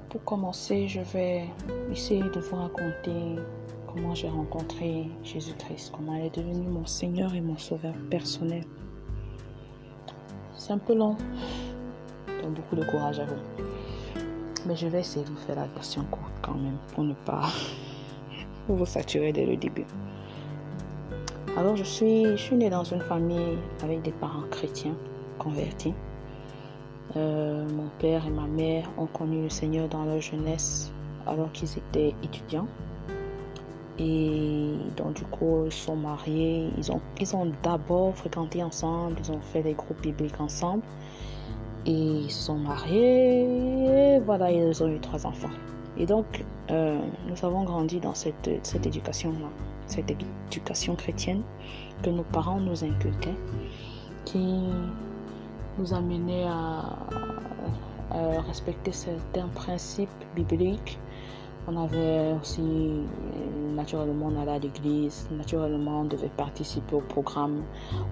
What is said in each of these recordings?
pour commencer, je vais essayer de vous raconter comment j'ai rencontré Jésus-Christ, comment il est devenu mon Seigneur et mon Sauveur personnel. C'est un peu long, donc beaucoup de courage à vous. Mais je vais essayer de vous faire la version courte quand même, pour ne pas vous saturer dès le début. Alors, je suis née dans une famille avec des parents chrétiens convertis. Mon père et ma mère ont connu le Seigneur dans leur jeunesse alors qu'ils étaient étudiants. Et donc du coup, ils sont mariés. Ils ont d'abord fréquenté ensemble. Ils ont fait des groupes bibliques ensemble. Et ils se sont mariés. Et voilà, ils ont eu 3 enfants. Et donc, nous avons grandi dans cette éducation-là, cette éducation chrétienne que nos parents nous inculquaient, qui nous amenait à respecter certains principes bibliques. On avait aussi, naturellement, on allait à l'église, naturellement, on devait participer au programme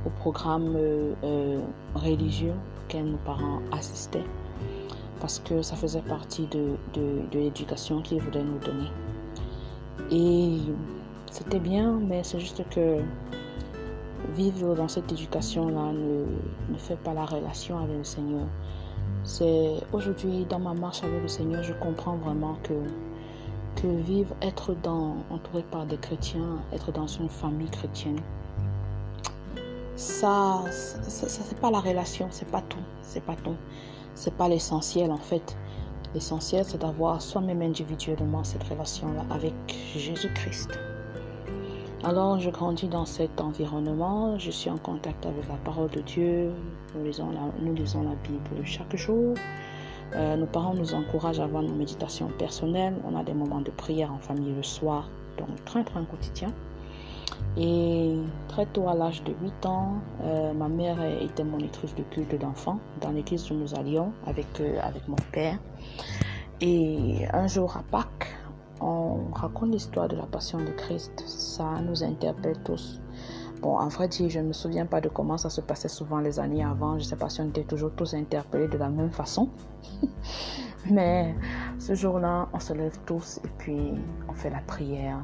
religieux auquel nos parents assistaient, parce que ça faisait partie de l'éducation qu'ils voulaient nous donner. Et c'était bien, mais c'est juste que vivre dans cette éducation-là ne fait pas la relation avec le Seigneur. C'est aujourd'hui, dans ma marche avec le Seigneur, je comprends vraiment que vivre, être entouré par des chrétiens, être dans une famille chrétienne, ça c'est pas la relation, c'est pas tout, c'est pas l'essentiel en fait. L'essentiel, c'est d'avoir soi-même individuellement cette relation-là avec Jésus-Christ. Alors, je grandis dans cet environnement, je suis en contact avec la parole de Dieu, nous lisons la Bible chaque jour. Nos parents nous encouragent à avoir nos méditations personnelles, on a des moments de prière en famille le soir, donc très quotidien. Et très tôt, à l'âge de 8 ans, ma mère était monitrice de culte d'enfants dans l'église où nous allions avec mon père. Et un jour à Pâques, on raconte l'histoire de la passion de Christ. Ça nous interpelle tous. Bon, en vrai dire, je ne me souviens pas de comment ça se passait souvent les années avant. Je ne sais pas si on était toujours tous interpellés de la même façon. Mais ce jour-là, on se lève tous et puis on fait la prière.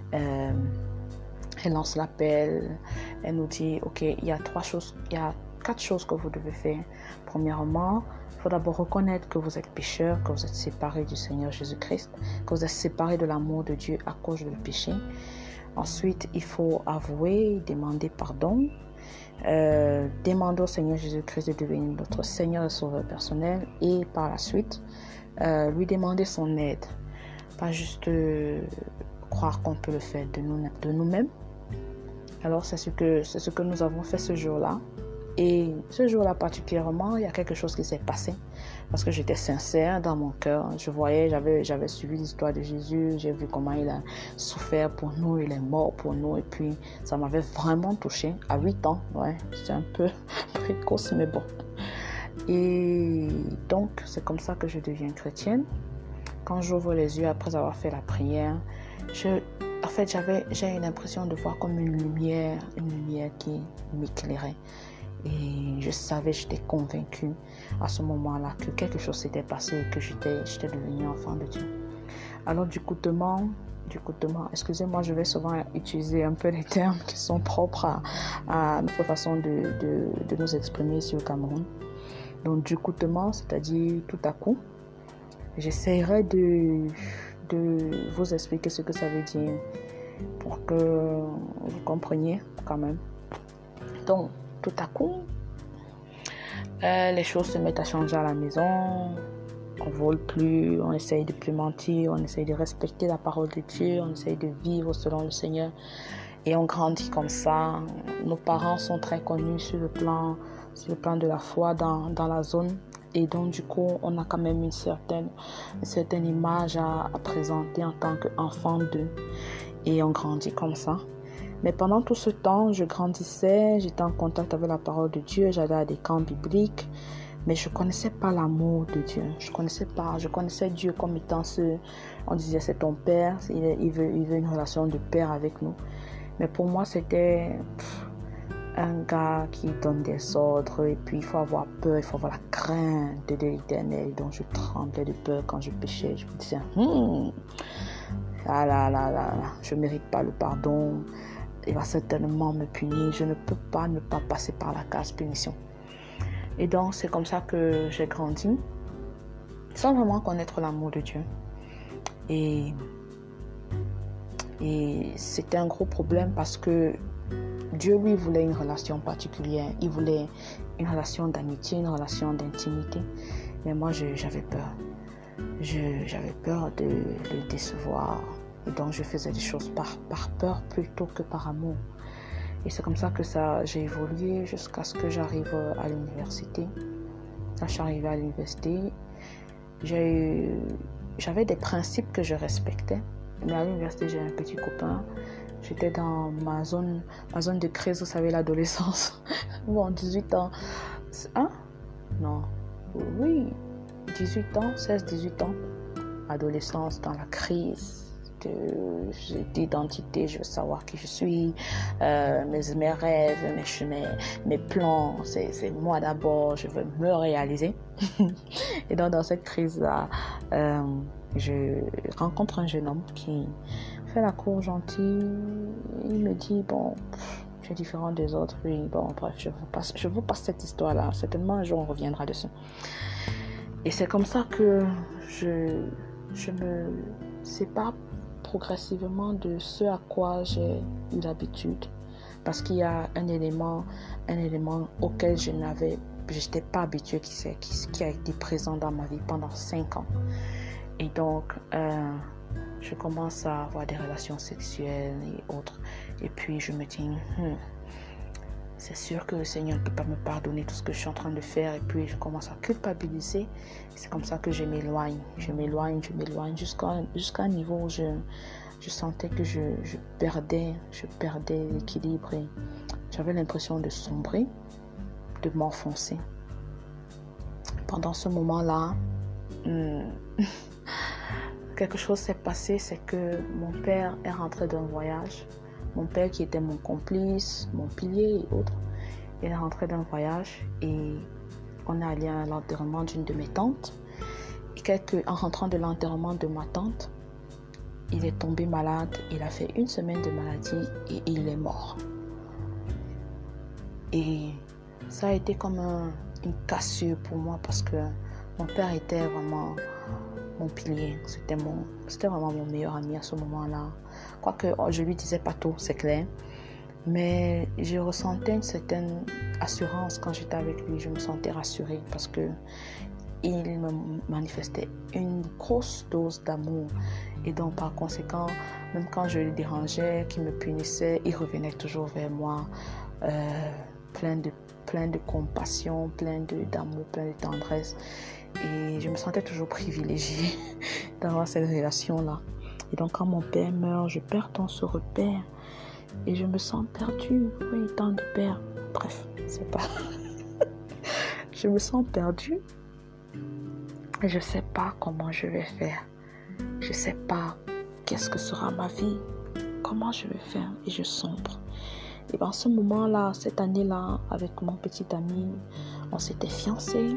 Elle lance l'appel. Elle nous dit, ok, il y a 4 choses que vous devez faire. Premièrement, il faut d'abord reconnaître que vous êtes pécheur, que vous êtes séparés du Seigneur Jésus-Christ, que vous êtes séparés de l'amour de Dieu à cause du péché. Ensuite, il faut avouer, demander pardon, demander au Seigneur Jésus-Christ de devenir notre Seigneur et Sauveur personnel, et par la suite, lui demander son aide. Pas juste croire qu'on peut le faire de nous-mêmes. Alors, c'est ce que nous avons fait ce jour-là. Et ce jour-là particulièrement, il y a quelque chose qui s'est passé parce que j'étais sincère dans mon cœur. Je voyais, j'avais suivi l'histoire de Jésus, j'ai vu comment il a souffert pour nous, il est mort pour nous, et puis ça m'avait vraiment touchée à 8 ans. Ouais, c'est un peu précoce, mais bon. Et donc, c'est comme ça que je deviens chrétienne. Quand j'ouvre les yeux après avoir fait la prière, j'ai l'impression de voir comme une lumière qui m'éclairait. Et je savais, j'étais convaincue à ce moment-là que quelque chose s'était passé et que j'étais devenue enfant de Dieu. Alors du coutement, excusez-moi, je vais souvent utiliser un peu les termes qui sont propres à notre façon de nous exprimer ici au Cameroun. Donc du coutement, c'est-à-dire tout à coup, j'essaierai de vous expliquer ce que ça veut dire pour que vous compreniez quand même. Donc, tout à coup, les choses se mettent à changer à la maison. On vole plus, on essaye de plus mentir, on essaye de respecter la parole de Dieu, on essaye de vivre selon le Seigneur. Et on grandit comme ça. Nos parents sont très connus sur le plan de la foi dans la zone. Et donc, du coup, on a quand même une certaine image à présenter en tant qu'enfant d'eux. Et on grandit comme ça. Mais pendant tout ce temps, je grandissais, j'étais en contact avec la parole de Dieu, j'allais à des camps bibliques, mais je ne connaissais pas l'amour de Dieu. Je connaissais Dieu comme étant on disait c'est ton père, il veut une relation de père avec nous. Mais pour moi, c'était un gars qui donne des ordres et puis il faut avoir peur, il faut avoir la crainte de l'Éternel. Donc je tremblais de peur quand je péchais. Je me disais, je ne mérite pas le pardon. Il va certainement me punir. Je ne peux pas ne pas passer par la case punition. Et donc c'est comme ça que j'ai grandi, sans vraiment connaître l'amour de Dieu. Et c'était un gros problème parce que Dieu, lui, voulait une relation particulière. Il voulait une relation d'amitié, une relation d'intimité. Mais moi, j'avais peur. J'avais peur de le décevoir. Et donc, je faisais des choses par peur plutôt que par amour. Et c'est comme ça que j'ai évolué jusqu'à ce que j'arrive à l'université. Là, je suis arrivée à l'université. J'avais des principes que je respectais. Mais à l'université, j'ai un petit copain. J'étais dans ma zone de crise, vous savez, l'adolescence. Bon, 18 ans. Hein? Non. Oui, 18 ans, 16-18 ans. Adolescence, dans la crise d'identité, je veux savoir qui je suis, mes rêves, mes plans, c'est moi d'abord, je veux me réaliser. Et donc, dans cette crise-là, je rencontre un jeune homme qui fait la cour gentille. Il me dit, bon, je suis différent des autres. Puis, bon, bref, je vous passe cette histoire-là. Certainement, un jour, on reviendra dessus. Et c'est comme ça que je me sépare progressivement de ce à quoi j'ai eu l'habitude. Parce qu'il y a un élément auquel je n'étais pas habituée, qui a été présent dans ma vie pendant 5 ans. Et donc, je commence à avoir des relations sexuelles et autres. Et puis, je me dis, c'est sûr que le Seigneur ne peut pas me pardonner tout ce que je suis en train de faire. Et puis, je commence à culpabiliser. C'est comme ça que je m'éloigne jusqu'à un niveau où je sentais que je perdais l'équilibre. Et j'avais l'impression de sombrer, de m'enfoncer. Pendant ce moment-là, quelque chose s'est passé, c'est que mon père est rentré d'un voyage. Mon père qui était mon complice, mon pilier et autres, il est rentré d'un voyage et on est allé à l'enterrement d'une de mes tantes. Et en rentrant de l'enterrement de ma tante, il est tombé malade. Il a fait 1 semaine de maladie et il est mort. Et ça a été comme une cassure pour moi parce que mon père était vraiment mon pilier. C'était vraiment mon meilleur ami à ce moment-là. Quoique je lui disais pas tout, c'est clair. Mais je ressentais une certaine assurance quand j'étais avec lui. Je me sentais rassurée parce que il me manifestait une grosse dose d'amour. Et donc par conséquent, même quand je le dérangeais, qu'il me punissait, il revenait toujours vers moi, plein de compassion, plein d'amour, plein de tendresse. Et je me sentais toujours privilégiée d'avoir cette relation-là. Et donc quand mon père meurt, je perds ce repère. Et je me sens perdue. Oui, tant de pères. Bref, c'est pas... je me sens perdue. Et je ne sais pas comment je vais faire. Je ne sais pas qu'est-ce que sera ma vie. Comment je vais faire. Et je sombre. Et en ce moment-là, cette année-là, avec mon petit ami, on s'était fiancés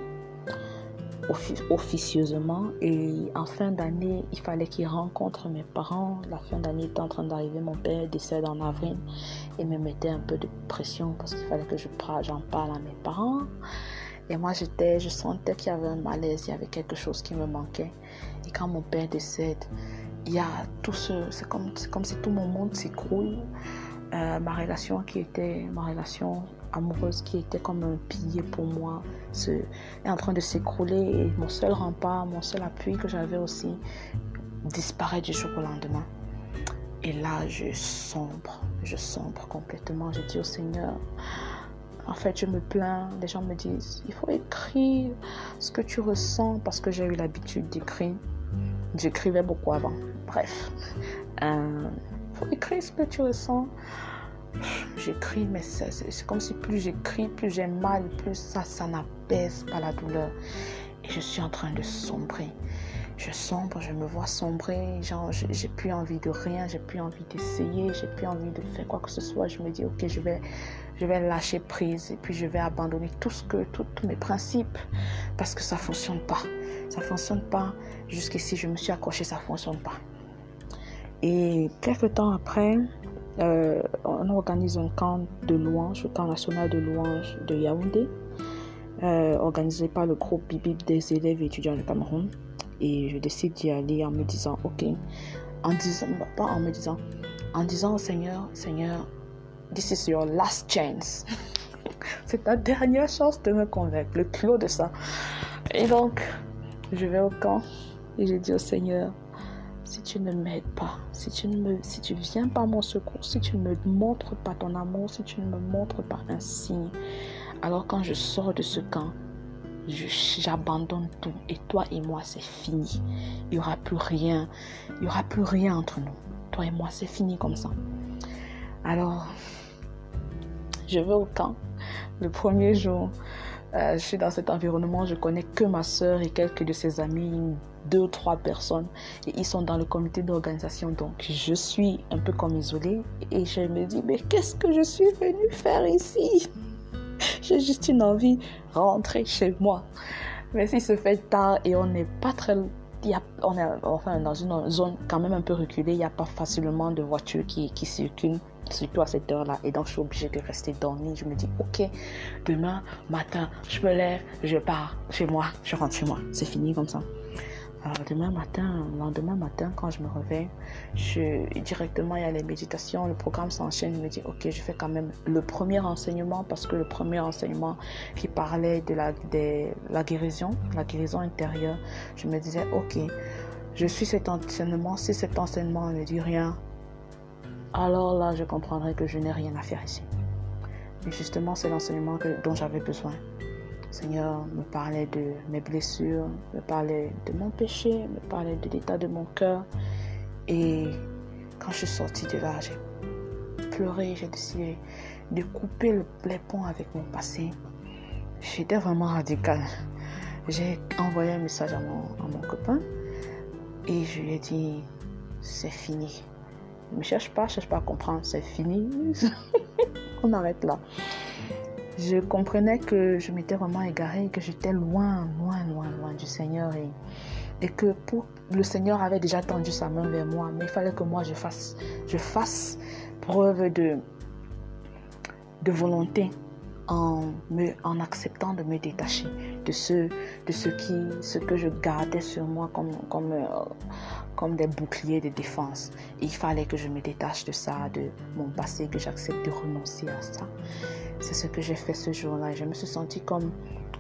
officieusement. Et en fin d'année, il fallait qu'il rencontre mes parents. La fin d'année était en train d'arriver. Mon père décède en avril. Et me mettait un peu de pression parce qu'il fallait que j'en parle à mes parents. Et moi, je sentais qu'il y avait un malaise, il y avait quelque chose qui me manquait. Et quand mon père décède, il y a c'est comme si tout mon monde s'écroule. Ma relation amoureuse qui était comme un pilier pour moi est en train de s'écrouler. Et mon seul rempart, mon seul appui que j'avais aussi disparaît du jour au lendemain. Et là, je sombre complètement. Je dis au Seigneur... En fait, je me plains, les gens me disent, il faut écrire ce que tu ressens parce que j'ai eu l'habitude d'écrire. J'écrivais beaucoup avant. Bref, il faut écrire ce que tu ressens. J'écris, mais c'est comme si plus j'écris, plus j'ai mal, plus ça n'apaise pas la douleur. Et je suis en train de sombrer. Je sombre, je me vois sombrer, genre j'ai plus envie de rien, j'ai plus envie d'essayer, j'ai plus envie de faire quoi que ce soit. Je me dis ok, je je vais lâcher prise et puis je vais abandonner tous mes principes parce que ça fonctionne pas. Ça fonctionne pas. Jusqu'ici, je me suis accrochée, ça fonctionne pas. Et quelques temps après, on organise un camp de louange, le camp national de louange de Yaoundé, organisé par le groupe Bibib des élèves et étudiants du Cameroun. Et je décide d'y aller en me disant, ok, en disant au Seigneur, this is your last chance. C'est ta dernière chance de me convaincre, le clos de ça. Et donc, je vais au camp et je dis au Seigneur, si tu ne m'aides pas, si tu viens pas à mon secours, si tu ne me montres pas ton amour, si tu ne me montres pas un signe, alors quand je sors de ce camp, j'abandonne tout et toi et moi c'est fini. Il n'y aura plus rien entre nous. Toi et moi c'est fini comme ça. Alors, je vais au camp. Le premier jour, je suis dans cet environnement, je connais que ma soeur et quelques de ses amis, 2 ou 3 personnes, et ils sont dans le comité d'organisation, donc je suis un peu comme isolée et je me dis, mais qu'est-ce que je suis venue faire ici? J'ai juste une envie, rentrer chez moi. Mais s'il se fait tard et on n'est pas très... on est enfin dans une zone quand même un peu reculée, il n'y a pas facilement de voitures qui circulent, surtout à cette heure-là. Et donc, je suis obligée de rester dormir. Je me dis, ok, demain matin, je me lève, je pars chez moi, je rentre chez moi. C'est fini comme ça. Alors, lendemain matin, quand je me réveille, directement, il y a les méditations, le programme s'enchaîne. Je me dis, ok, je fais quand même le premier enseignement, parce que le premier enseignement qui parlait de la guérison intérieure, je me disais, ok, je suis cet enseignement. Si cet enseignement ne dit rien, alors là, je comprendrai que je n'ai rien à faire ici. Et justement, c'est l'enseignement dont j'avais besoin. Le Seigneur me parlait de mes blessures, me parlait de mon péché, me parlait de l'état de mon cœur. Et quand je suis sortie de là, j'ai pleuré, j'ai décidé de couper les ponts avec mon passé. J'étais vraiment radicale. J'ai envoyé un message à mon copain et je lui ai dit, c'est fini. Ne cherche pas à comprendre, c'est fini. On arrête là. Je comprenais que je m'étais vraiment égarée, que j'étais loin du Seigneur et que le Seigneur avait déjà tendu sa main vers moi, mais il fallait que moi je fasse preuve de volonté en acceptant de me détacher de ce que je gardais sur moi comme des boucliers de défense. Et il fallait que je me détache de ça, de mon passé, que j'accepte de renoncer à ça. C'est ce que j'ai fait ce jour-là. Je me suis sentie comme...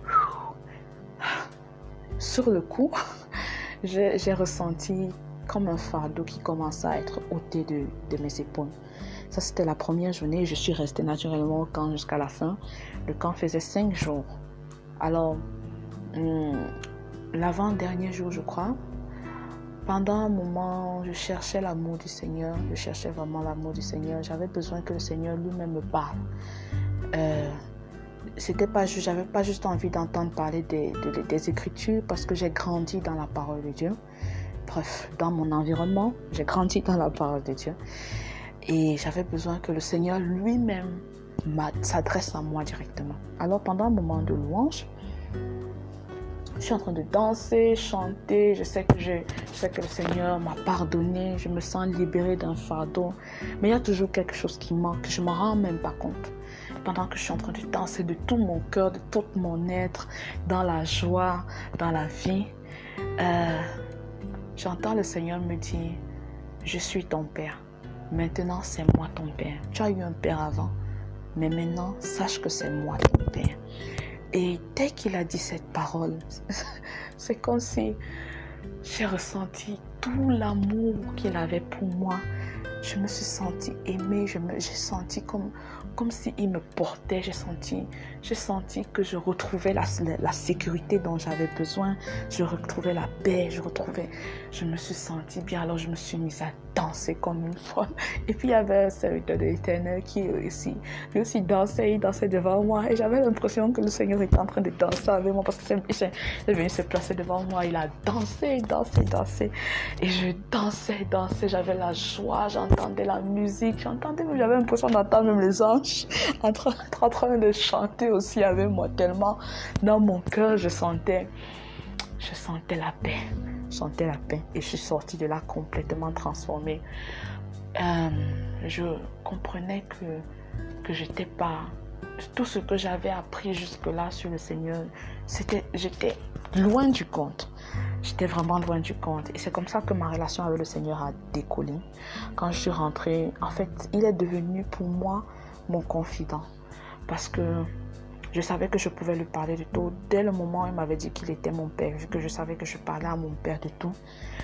Sur le coup, j'ai ressenti comme un fardeau qui commençait à être ôté de mes épaules. Ça, c'était la première journée. Je suis restée naturellement au camp jusqu'à la fin. Le camp faisait 5 jours. Alors, l'avant-dernier jour, je crois, pendant un moment, je cherchais l'amour du Seigneur. Je cherchais vraiment l'amour du Seigneur. J'avais besoin que le Seigneur lui-même me parle. J'avais pas juste envie d'entendre parler des Écritures parce que j'ai grandi dans la parole de Dieu. Bref, dans mon environnement, j'ai grandi dans la parole de Dieu. Et j'avais besoin que le Seigneur lui-même s'adresse à moi directement. Alors pendant un moment de louange, je suis en train de danser, chanter. Je sais que le Seigneur m'a pardonné. Je me sens libérée d'un fardeau. Mais il y a toujours quelque chose qui manque, que je ne m'en rends même pas compte. Pendant que je suis en train de danser de tout mon cœur, de tout mon être, dans la joie, dans la vie, j'entends le Seigneur me dire, je suis ton Père. Maintenant, c'est moi ton Père. Tu as eu un Père avant, mais maintenant, sache que c'est moi ton Père. Et dès qu'il a dit cette parole, c'est comme si j'ai ressenti tout l'amour qu'il avait pour moi. Je me suis sentie aimée, j'ai senti comme s'il me portait. J'ai senti que je retrouvais la sécurité dont j'avais besoin. Je retrouvais la paix, je me suis sentie bien. Alors je me suis mise à danser comme une folle. Et puis il y avait un serviteur de l'Éternel qui lui aussi dansait, il dansait devant moi. Et j'avais l'impression que le Seigneur était en train de danser avec moi parce que il est venu se placer devant moi. Il a dansé. Et je dansais. J'avais la joie, j'entendais la musique, j'avais l'impression d'entendre même les anges louanges, en train de chanter aussi avec moi, tellement dans mon cœur, je sentais la paix. Je sentais la paix et je suis sortie de là complètement transformée. Je comprenais que j'étais pas... Tout ce que j'avais appris jusque-là sur le Seigneur, j'étais loin du compte. J'étais vraiment loin du compte. Et c'est comme ça que ma relation avec le Seigneur a décollé. Quand je suis rentrée, en fait, il est devenu pour moi mon confident. Parce que je savais que je pouvais lui parler de tout. Dès le moment où il m'avait dit qu'il était mon père, vu que je savais que je parlais à mon père de tout,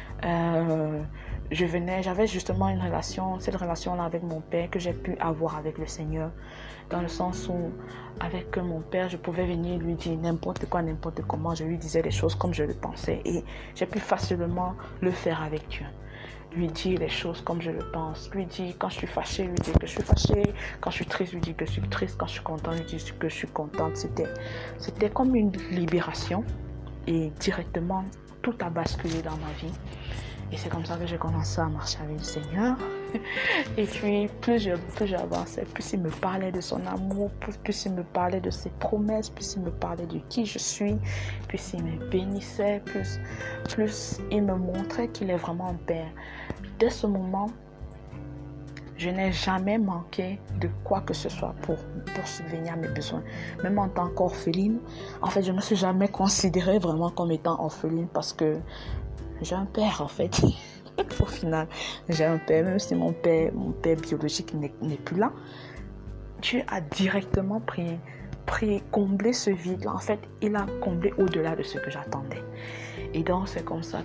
j'avais justement cette relation-là avec mon père que j'ai pu avoir avec le Seigneur, dans le sens où avec mon père, je pouvais venir lui dire n'importe quoi, n'importe comment, je lui disais les choses comme je le pensais et j'ai pu facilement le faire avec Dieu. Lui dire les choses comme je le pense, lui dire quand je suis fâchée, lui dire que je suis fâchée, quand je suis triste, lui dire que je suis triste, quand je suis contente, lui dire que je suis contente. C'était comme une libération et directement tout a basculé dans ma vie. Et c'est comme ça que j'ai commencé à marcher avec le Seigneur. Et puis, plus j'avançais, plus il me parlait de son amour, plus il me parlait de ses promesses, plus il me parlait de qui je suis, plus il me bénissait, plus il me montrait qu'il est vraiment un père. Dès ce moment, je n'ai jamais manqué de quoi que ce soit pour subvenir à mes besoins. Même en tant qu'orpheline, en fait, je ne me suis jamais considérée vraiment comme étant orpheline parce que j'ai un père, en fait. Au final, j'ai un père, même si mon père biologique n'est plus là. Dieu a directement pris combler ce vide-là. En fait, il a comblé au-delà de ce que j'attendais. Et donc, c'est comme ça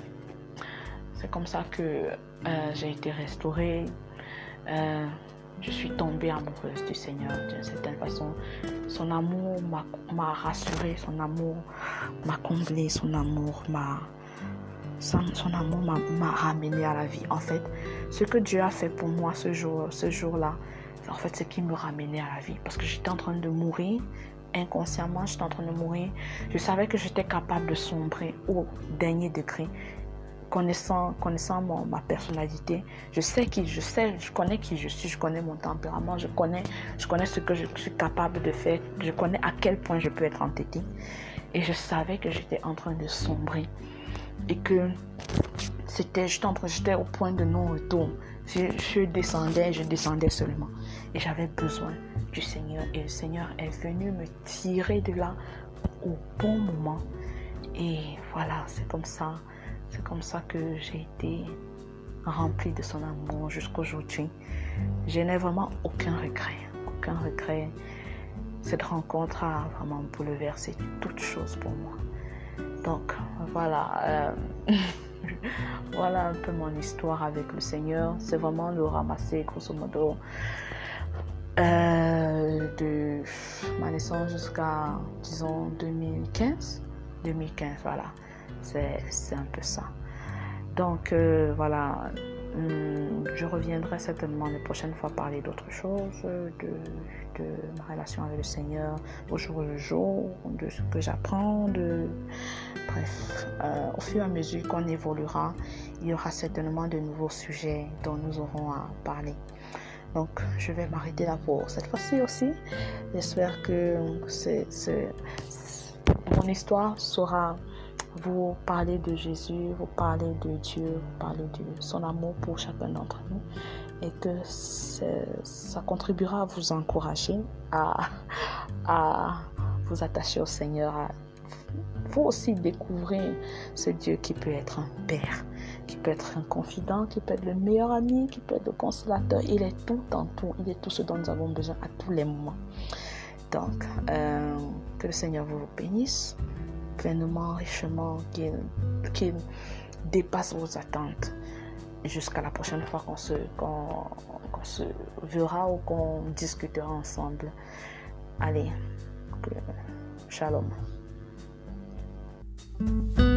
que j'ai été restaurée. Je suis tombée amoureuse du Seigneur d'une certaine façon. Son amour m'a rassurée, son amour m'a comblée, son amour m'a ramené à la vie. En fait, ce que Dieu a fait pour moi ce jour-là, en fait, c'est qu'il me ramenait à la vie. Parce que j'étais en train de mourir, inconsciemment, j'étais en train de mourir. Je savais que j'étais capable de sombrer au dernier degré. Connaissant ma personnalité, je connais qui je suis, je connais mon tempérament, je connais ce que je suis capable de faire, je connais à quel point je peux être entêtée. Et je savais que j'étais en train de sombrer. Et que j'étais au point de non-retour. Je descendais seulement. Et j'avais besoin du Seigneur. Et le Seigneur est venu me tirer de là au bon moment. Et voilà, c'est comme ça que j'ai été remplie de son amour jusqu'aujourd'hui. Je n'ai vraiment aucun regret. Cette rencontre a vraiment bouleversé toute chose pour moi. Donc voilà, voilà un peu mon histoire avec le Seigneur. C'est vraiment le ramasser grosso modo de ma naissance jusqu'à, disons, 2015, voilà, c'est un peu ça. Donc voilà, je reviendrai certainement la prochaine fois parler d'autres choses, de ma relation avec le Seigneur au jour le jour, de ce que j'apprends, bref, au fur et à mesure qu'on évoluera, il y aura certainement de nouveaux sujets dont nous aurons à parler. Donc, je vais m'arrêter là pour cette fois-ci aussi. J'espère que mon histoire saura vous parler de Jésus, vous parler de Dieu, vous parler de son amour pour chacun d'entre nous et que ça contribuera à vous encourager à vous attacher au Seigneur, à vous aussi découvrir ce Dieu qui peut être un père, qui peut être un confident, qui peut être le meilleur ami, qui peut être le consolateur. Il est tout en tout, il est tout ce dont nous avons besoin à tous les moments. Donc, que le Seigneur vous bénisse pleinement, richement, qu'il dépasse vos attentes. Jusqu'à la prochaine fois qu'on se verra ou qu'on discutera ensemble. Allez, shalom.